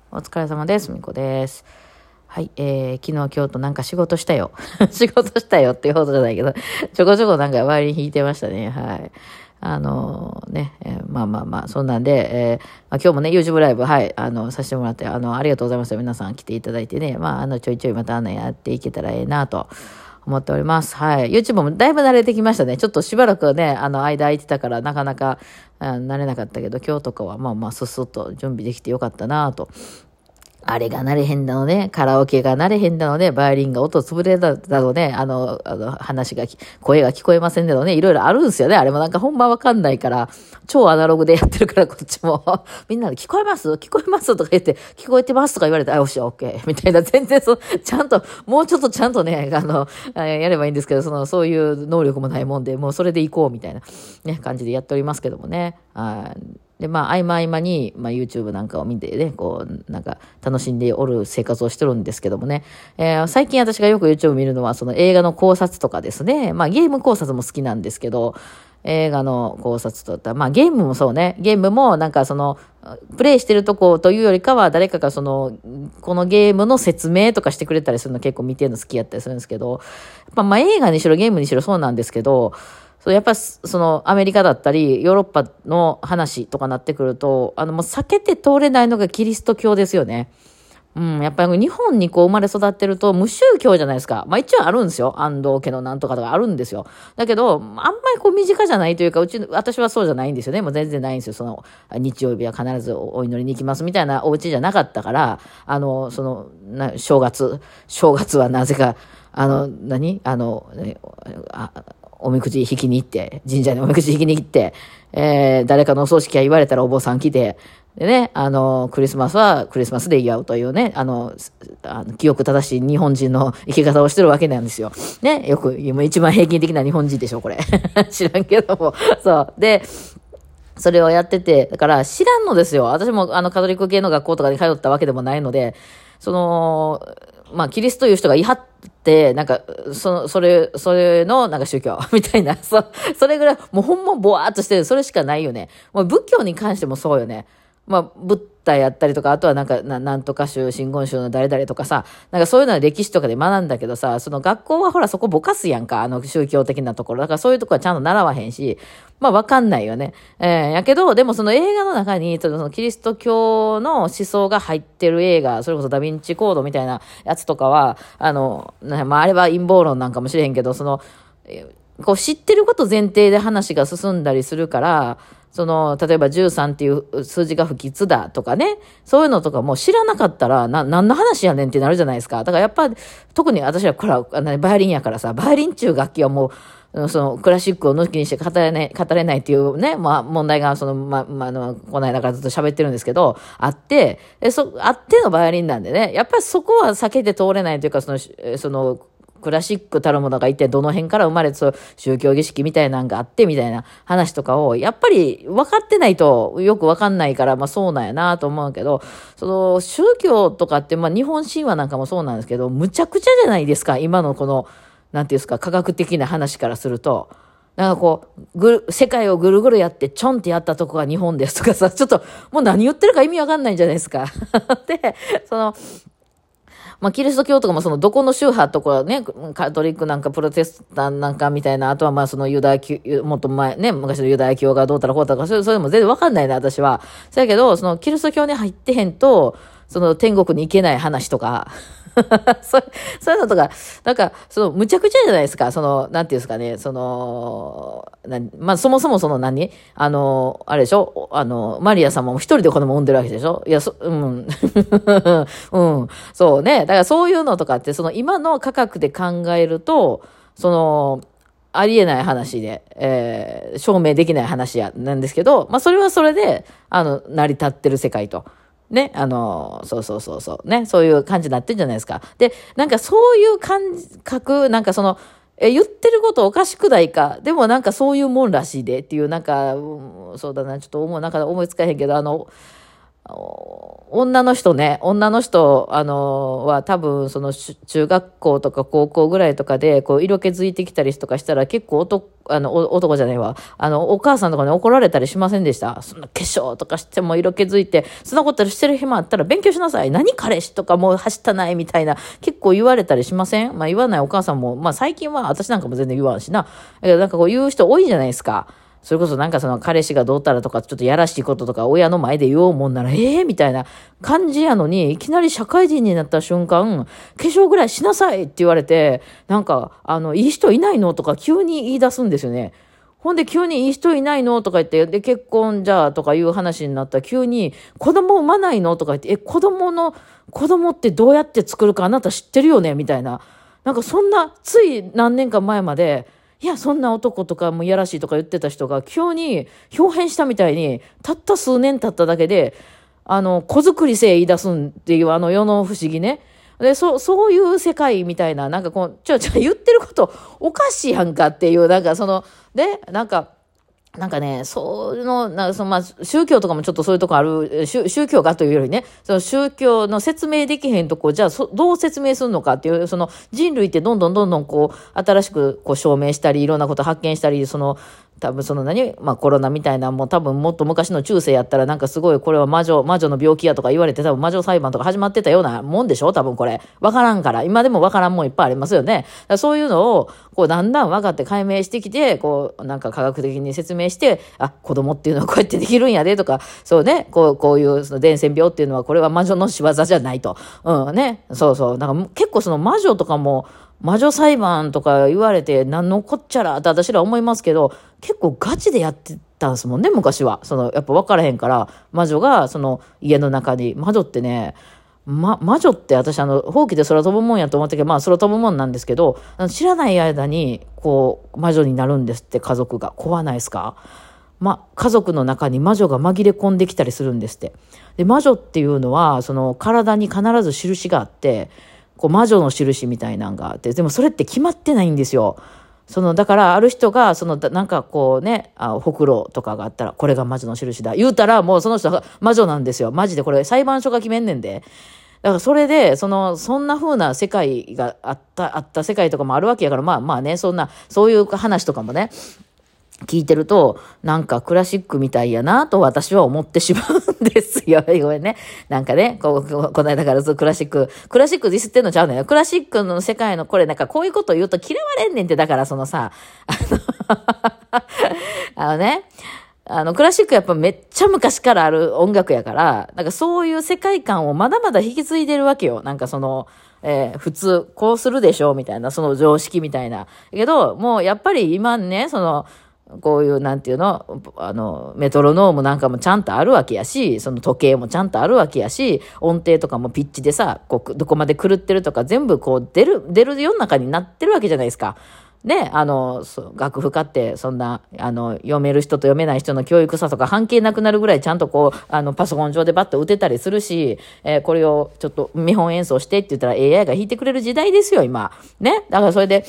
お疲れ様です。みこです。はい、昨日、今日となんか仕事したよ。仕事したよっていうほどじゃないけど、ちょこちょこなんかバイオリン弾いてましたね。はい。まあ、そんなんで、今日もね、YouTube ライブ、はい、させてもらって、ありがとうございます。皆さん来ていただいてね、ちょいちょいまたやっていけたらええなと思っております。はい。YouTube もだいぶ慣れてきましたね。ちょっとしばらくね、間空いてたからなかなか、慣れなかったけど、今日とかはスッと準備できてよかったなと。あれが慣れへんだのね、カラオケが慣れへんだのね、バイオリンが音潰れたのね、声が聞こえませんだのね、いろいろあるんですよね。あれもなんかほんまわかんないから、超アナログでやってるからこっちも、みんなで聞こえますとか言って、聞こえてますとか言われて、よし、オッケー、みたいな、全然ちゃんと、もうちょっとちゃんとね、やればいいんですけど、そういう能力もないもんで、もうそれで行こう、みたいな、ね、感じでやっておりますけどもね。で、合間に、YouTube なんかを見てね、なんか、楽しんでおる生活をしてるんですけどもね。最近私がよく YouTube 見るのは、その映画の考察とかですね。ゲーム考察も好きなんですけど、映画の考察といったら、ゲームもそうね。ゲームも、なんかプレイしてるとこというよりかは、誰かがこのゲームの説明とかしてくれたりするの結構見てるの好きやったりするんですけど、映画にしろゲームにしろそうなんですけど、やっぱアメリカだったり、ヨーロッパの話とかなってくると、もう避けて通れないのがキリスト教ですよね。やっぱり日本に生まれ育ってると無宗教じゃないですか。一応あるんですよ。安藤家のなんとかとかあるんですよ。だけど、あんまり身近じゃないというか、私はそうじゃないんですよね。もう全然ないんですよ。日曜日は必ずお祈りに行きますみたいなお家じゃなかったから、正月はなぜか、おみくじ引きに行って、神社におみくじ引きに行って、誰かのお葬式が言われたらお坊さん来て、でね、クリスマスはクリスマスで祝うというね、記憶正しい日本人の生き方をしてるわけなんですよ。ね、よく、今一番平均的な日本人でしょ、これ。知らんけども。そう。で、それをやってて、だから知らんのですよ。私もカトリック系の学校とかに通ったわけでもないので、キリストという人がいはって、なんか、それの、なんか宗教みたいな、それぐらい、もうほんまぼわーっとしてる、それしかないよね。もう仏教に関してもそうよね。ブッダやったりとか、あとはなんとか宗、真言宗の誰々とかさ、なんかそういうのは歴史とかで学んだけどさ、その学校はほらそこぼかすやんか、宗教的なところ。だからそういうところはちゃんと習わへんし、わかんないよね。やけど、でもその映画の中に、そのキリスト教の思想が入ってる映画、それこそダヴィンチコードみたいなやつとかは、あれは陰謀論なんかもしれへんけど、知ってること前提で話が進んだりするから、例えば13っていう数字が不吉だとかね、そういうのとかも知らなかったら、何の話やねんってなるじゃないですか。だからやっぱ、特に私はバイオリンやからさ、バイオリンっていう楽器はもう、クラシックを抜きにして語れないっていうね、問題が、この間からずっと喋ってるんですけど、あって、あってのバイオリンなんでね、やっぱりそこは避けて通れないというか、クラシックたるものがいて、どの辺から生まれて、宗教儀式みたいなのがあって、みたいな話とかを、やっぱり分かってないとよく分かんないから、そうなんやなと思うけど、宗教とかって、日本神話なんかもそうなんですけど、むちゃくちゃじゃないですか、今のなんていうんですか、科学的な話からすると。なんか世界をぐるぐるやってちょんってやったとこが日本ですとかさ、ちょっともう何言ってるか意味わかんないんじゃないですか。で、キリスト教とかもどこの宗派とかね、カトリックなんかプロテスタンなんかみたいな、あとはユダヤ教、もっと前ね、昔のユダヤ教がどうたらこうたらか、それも全然わかんないな、私は。そやけど、キリスト教に入ってへんと、天国に行けない話とか、そういうのとか、なんか、むちゃくちゃじゃないですか。なんていうんですかね、そもそもあれでしょマリア様も一人で子供産んでるわけでしょいや、うん。うん。そうね。だからそういうのとかって、今の価格で考えると、ありえない話で、証明できない話なんですけど、それはそれで、成り立ってる世界と。ね、ね、そういう感じになってるじゃないですか。で、なんかそういう感覚、なんか言ってることおかしくないか、でもなんかそういうもんらしいでっていう、なんか、そうだな、ちょっとなんか思いつかへんけど、 女の人、は多分、その、中学校とか高校ぐらいとかで、こう、色気づいてきたりとかしたら、結構男じゃないわ。お母さんとかに怒られたりしませんでした？そんな化粧とかしても色気づいて、そんなことしてる暇あったら勉強しなさい。何彼氏とかもう走ったないみたいな、結構言われたりしません？まあ言わないお母さんも、まあ最近は私なんかも全然言わんしな。なんかこう言う人多いじゃないですか。それこそなんかその彼氏がどうたらとかちょっとやらしいこととか親の前で言おうもんならみたいな感じやのに、いきなり社会人になった瞬間、化粧ぐらいしなさいって言われて、なんかいい人いないのとか急に言い出すんですよね。ほんで急にいい人いないのとか言って、で結婚じゃあとかいう話になったら急に子供産まないのとか言って、子供ってどうやって作るかあなた知ってるよねみたいな。なんかそんなつい何年か前まで、いや、そんな男とかもいやらしいとか言ってた人が急に表変したみたいに、たった数年経っただけで、子作りせえ言い出すんっていう世の不思議ね。で、そういう世界みたいな、なんかこう、言ってることおかしいやんかっていう、なんかなんかね、まあ、宗教とかもちょっとそういうとこある、宗教がというよりね、その宗教の説明できへんとこ、じゃあどう説明するのかっていう、その人類ってどんどんこう、新しくこう証明したり、いろんなこと発見したり、多分まあコロナみたいなもう多分もっと昔の中世やったらなんかすごいこれは魔女の病気やとか言われて多分魔女裁判とか始まってたようなもんでしょ多分これ。わからんから。今でもわからんもんいっぱいありますよね。だからそういうのをこうだんだん分かって解明してきて、こうなんか科学的に説明して、子供っていうのはこうやってできるんやでとか、そうね、こういうその伝染病っていうのはこれは魔女の仕業じゃないと。うんね。そう。なんか結構その魔女とかも魔女裁判とか言われて何のこっちゃらって私ら思いますけど、結構ガチでやってたんですもんね、昔は。やっぱ分からへんから、魔女が家の中に、魔女ってね、魔女って私ほうきで空飛ぶもんやと思ったけど、まあ空飛ぶもんなんですけど、知らない間にこう魔女になるんですって、家族が。怖ないですか？家族の中に魔女が紛れ込んできたりするんですって。で、魔女っていうのは、体に必ず印があって、こう魔女の印みたいなのがあって、でもそれって決まってないんですよ。だからある人が、なんかこうね、ほくろとかがあったら、これが魔女の印だ。言うたら、もうその人が魔女なんですよ。マジでこれ裁判所が決めんねんで。だからそれで、そんな風な世界があった世界とかもあるわけやから、まあね、そういう話とかもね、聞いてると、なんかクラシックみたいやなと私は思ってしまうんですよ。ごめんね。なんかね、この間からクラシックディスってんのちゃうのよ。クラシックの世界のこれなんかこういうこと言うと嫌われんねんって、だからクラシックやっぱめっちゃ昔からある音楽やから、なんかそういう世界観をまだまだ引き継いでるわけよ。なんか普通こうするでしょみたいな、その常識みたいな。けど、もうやっぱり今ね、こういうなんていうの、メトロノームなんかもちゃんとあるわけやし、その時計もちゃんとあるわけやし、音程とかもピッチでさ、こうどこまで狂ってるとか全部こう出る世の中になってるわけじゃないですか。ね、楽譜家ってそんな、読める人と読めない人の教育差とか関係なくなるぐらいちゃんとこう、パソコン上でバッと打てたりするし、これをちょっと見本演奏してって言ったら AI が弾いてくれる時代ですよ、今。ね。だからそれで、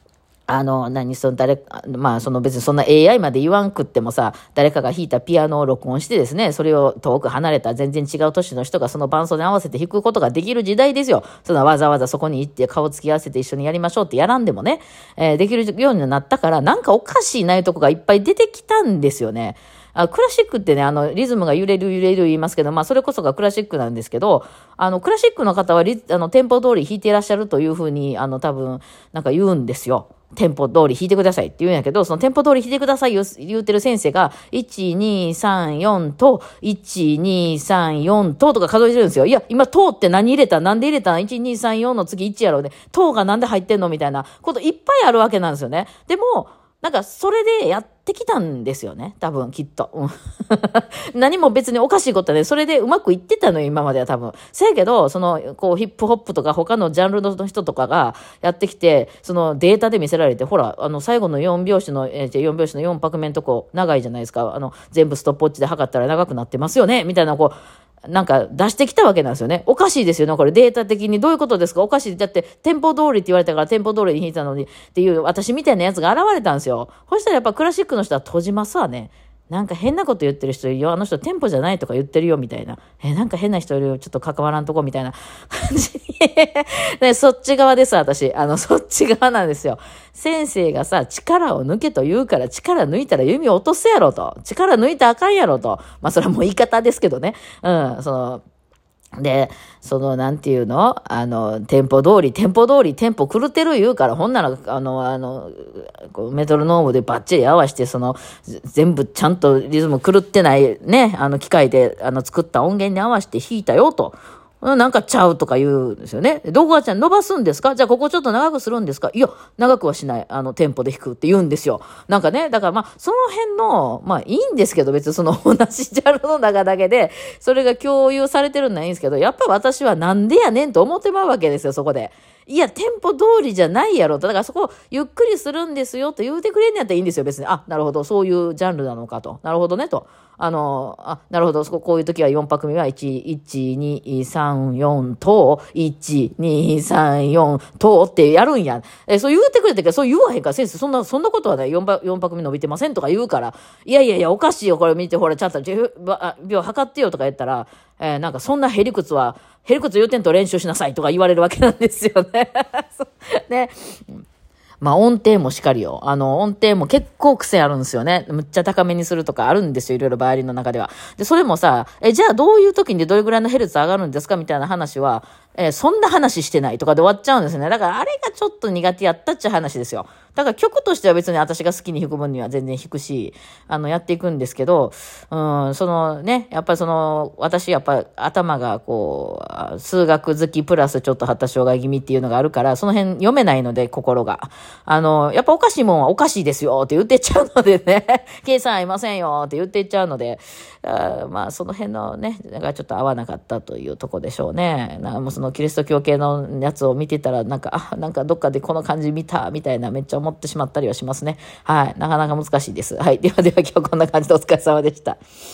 別にそんな AI まで言わんくってもさ、誰かが弾いたピアノを録音してですね、それを遠く離れた全然違う都市の人がその伴奏に合わせて弾くことができる時代ですよ。わざわざそこに行って顔つき合わせて一緒にやりましょうってやらんでもね、できるようになったから、なんかおかしいないとこがいっぱい出てきたんですよね。クラシックってね、リズムが揺れる言いますけど、それこそがクラシックなんですけど、クラシックの方はテンポ通り弾いていらっしゃるというふうに、多分、なんか言うんですよ。テンポ通り弾いてくださいって言うんやけど、そのテンポ通り弾いてください言うてる先生が、1、2、3、4と、1、2、3、4ととか数えてるんですよ。いや、今、とって何入れたなんで入れた ?1、2、3、4の次1やろうね。とがなんで入ってんのみたいなこといっぱいあるわけなんですよね。でも、なんか、それでやってきたんですよね。多分、きっと。何も別におかしいことね。それでうまくいってたのよ、今までは多分。せやけど、ヒップホップとか他のジャンルの人とかがやってきて、データで見せられて、ほら、最後の4拍子の4拍目のとこ、長いじゃないですか。全部ストップウォッチで測ったら長くなってますよね。みたいな、なんか出してきたわけなんですよね。おかしいですよね。これデータ的にどういうことですか？おかしい。だってテンポ通りって言われたからテンポ通りに弾いたのにっていう私みたいなやつが現れたんですよ。そしたらやっぱクラシックの人は閉じますわね。 なんか変なこと言ってる人いるよ。あの人テンポじゃないとか言ってるよ、みたいな。なんか変な人いるよ。ちょっと関わらんとこ、みたいな感じにね、そっち側です、私。そっち側なんですよ。先生がさ、力を抜けと言うから、力抜いたら弓を落とすやろと。力抜いたらあかんやろと。まあ、それはもう言い方ですけどね。で、なんていうのテンポ狂ってる言うから、ほんなら、メトロノームでバッチリ合わせて、全部ちゃんとリズム狂ってないね、機械で、作った音源に合わせて弾いたよと。なんかちゃうとか言うんですよね。どこがちゃん伸ばすんですか？じゃあここちょっと長くするんですか？いや、長くはしない。テンポで弾くって言うんですよ。なんかね、だからまあ、その辺の、まあいいんですけど、別に同じジャンルの中だけで、それが共有されてるのはいいんですけど、やっぱ私はなんでやねんと思ってまうわけですよ、そこで。いや、テンポ通りじゃないやろと。だからそこ、ゆっくりするんですよと言うてくれんのやったらいいんですよ、別に。あ、なるほど、そういうジャンルなのかと。なるほどね、と。なるほど、こういう時は4拍目は1、2、3、4、と、1、2、3、4、とってやるんや。そう言うてくれてから、そう言わへんから、先生、そんなことはない。4拍目伸びてませんとか言うから、いやいやいや、おかしいよ、これ見て、ほら、ちゃんと秒測ってよとか言ったら、なんかそんなヘリクツ言うてんと練習しなさいとか言われるわけなんですよね。ね。まあ音程もしかりよ。音程も結構癖あるんですよね。むっちゃ高めにするとかあるんですよ。いろいろバイオリンの中では。で、それもさ、じゃあどういう時にどれぐらいのヘルツ上がるんですかみたいな話は、そんな話してないとかで終わっちゃうんですね。だからあれがちょっと苦手やったっちゃ話ですよ。だから曲としては別に私が好きに弾く分には全然弾くし、やっていくんですけど、やっぱり私やっぱ頭が数学好きプラスちょっと発達障害気味っていうのがあるから、その辺読めないので、心が。やっぱおかしいもんはおかしいですよって言ってっちゃうのでね、計算合いませんよって言ってっちゃうので、まあその辺のね、がちょっと合わなかったというとこでしょうね。もうキリスト教系のやつを見てたら、なんかどっかでこの感じ見たみたいなめっちゃ思ってしまったりはしますね。はい。なかなか難しいです。はい。では今日こんな感じでお疲れ様でした。